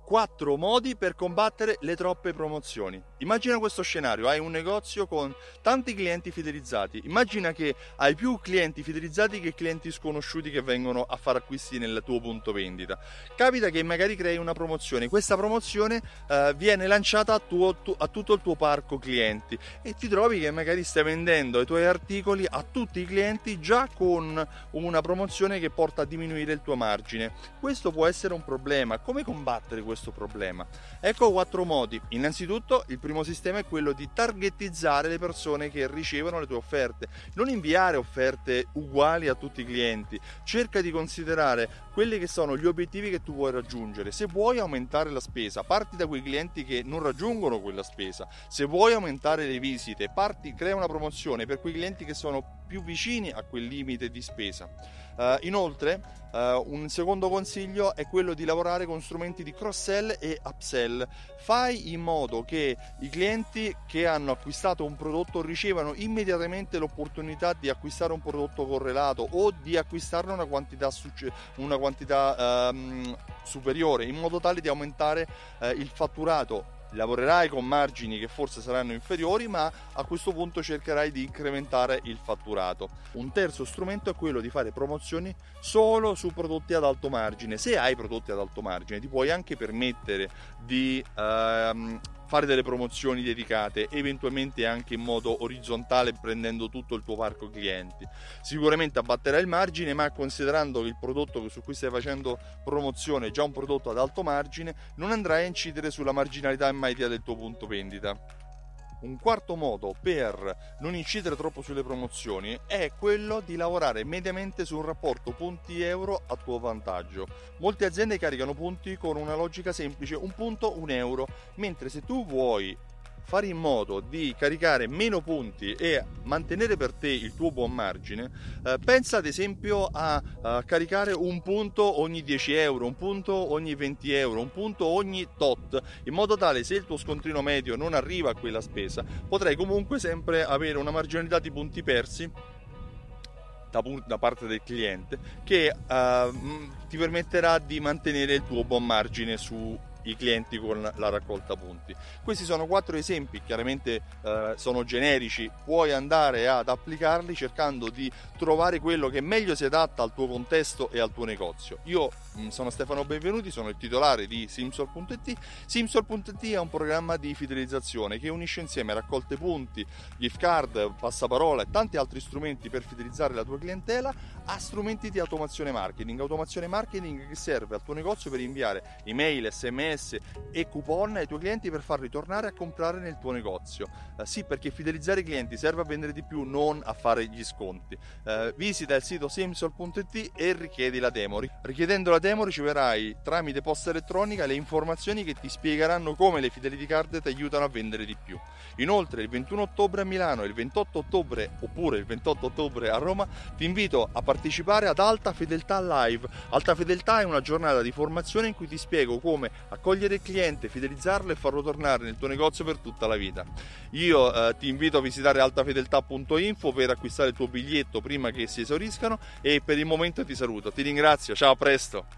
4 modi per combattere le troppe promozioni. Immagina questo scenario: hai un negozio con tanti clienti fidelizzati. Immagina che hai più clienti fidelizzati che clienti sconosciuti che vengono a fare acquisti nel tuo punto vendita. Capita che magari crei una promozione, questa promozione viene lanciata a tutto il tuo parco clienti e ti trovi che magari stai vendendo i tuoi articoli a tutti i clienti già con una promozione che porta a diminuire il tuo margine. Questo può essere un problema. Come combattere questo problema? Ecco 4 modi. Innanzitutto, il primo sistema è quello di targetizzare le persone che ricevono le tue offerte. Non inviare offerte uguali a tutti i clienti. Cerca di considerare quelli che sono gli obiettivi che tu vuoi raggiungere. Se vuoi aumentare la spesa, parti da quei clienti che non raggiungono quella spesa. Se vuoi aumentare le visite, crea una promozione per quei clienti che sono più vicini a quel limite di spesa. Inoltre, un secondo consiglio è quello di lavorare con strumenti di cross-sell e upsell. Fai in modo che i clienti che hanno acquistato un prodotto ricevano immediatamente l'opportunità di acquistare un prodotto correlato o di acquistarne una quantità superiore, in modo tale di aumentare il fatturato. Lavorerai con margini che forse saranno inferiori, ma a questo punto cercherai di incrementare il fatturato. Un terzo strumento è quello di fare promozioni solo su prodotti ad alto margine. Se hai prodotti ad alto margine, ti puoi anche permettere di fare delle promozioni dedicate, eventualmente anche in modo orizzontale, prendendo tutto il tuo parco clienti. Sicuramente abbatterai il margine, ma considerando che il prodotto su cui stai facendo promozione è già un prodotto ad alto margine, non andrai a incidere sulla marginalità immediata del tuo punto vendita. Un quarto modo per non incidere troppo sulle promozioni è quello di lavorare mediamente su un rapporto punti-euro a tuo vantaggio. Molte aziende caricano punti con una logica semplice: un punto, un euro, mentre se tu vuoi fare in modo di caricare meno punti e mantenere per te il tuo buon margine, pensa ad esempio a caricare un punto ogni 10 euro, un punto ogni 20 euro, un punto ogni tot, in modo tale, se il tuo scontrino medio non arriva a quella spesa, potrai comunque sempre avere una marginalità di punti persi da parte del cliente, che ti permetterà di mantenere il tuo buon margine su i clienti con la raccolta punti. Questi sono 4 esempi, chiaramente sono generici, puoi andare ad applicarli cercando di trovare quello che meglio si adatta al tuo contesto e al tuo negozio. Io sono Stefano Benvenuti, sono il titolare di Simsol.it. Simsol.it è un programma di fidelizzazione che unisce insieme raccolte punti, gift card, passaparola e tanti altri strumenti per fidelizzare la tua clientela a strumenti di automazione marketing che serve al tuo negozio per inviare email, SMS e coupon ai tuoi clienti per farli tornare a comprare nel tuo negozio. Sì, perché fidelizzare i clienti serve a vendere di più, non a fare gli sconti. Visita il sito simsol.it e richiedi la demo. Richiedendo la demo riceverai tramite posta elettronica le informazioni che ti spiegheranno come le Fidelity Card ti aiutano a vendere di più. Inoltre il 21 ottobre a Milano e il 28 ottobre oppure il 28 ottobre a Roma ti invito a partecipare ad Alta Fedeltà Live. Alta Fedeltà è una giornata di formazione in cui ti spiego come accogliere il cliente, fidelizzarlo e farlo tornare nel tuo negozio per tutta la vita. Io ti invito a visitare altafedeltà.info per acquistare il tuo biglietto prima che si esauriscano, e per il momento ti saluto. Ti ringrazio, ciao, a presto.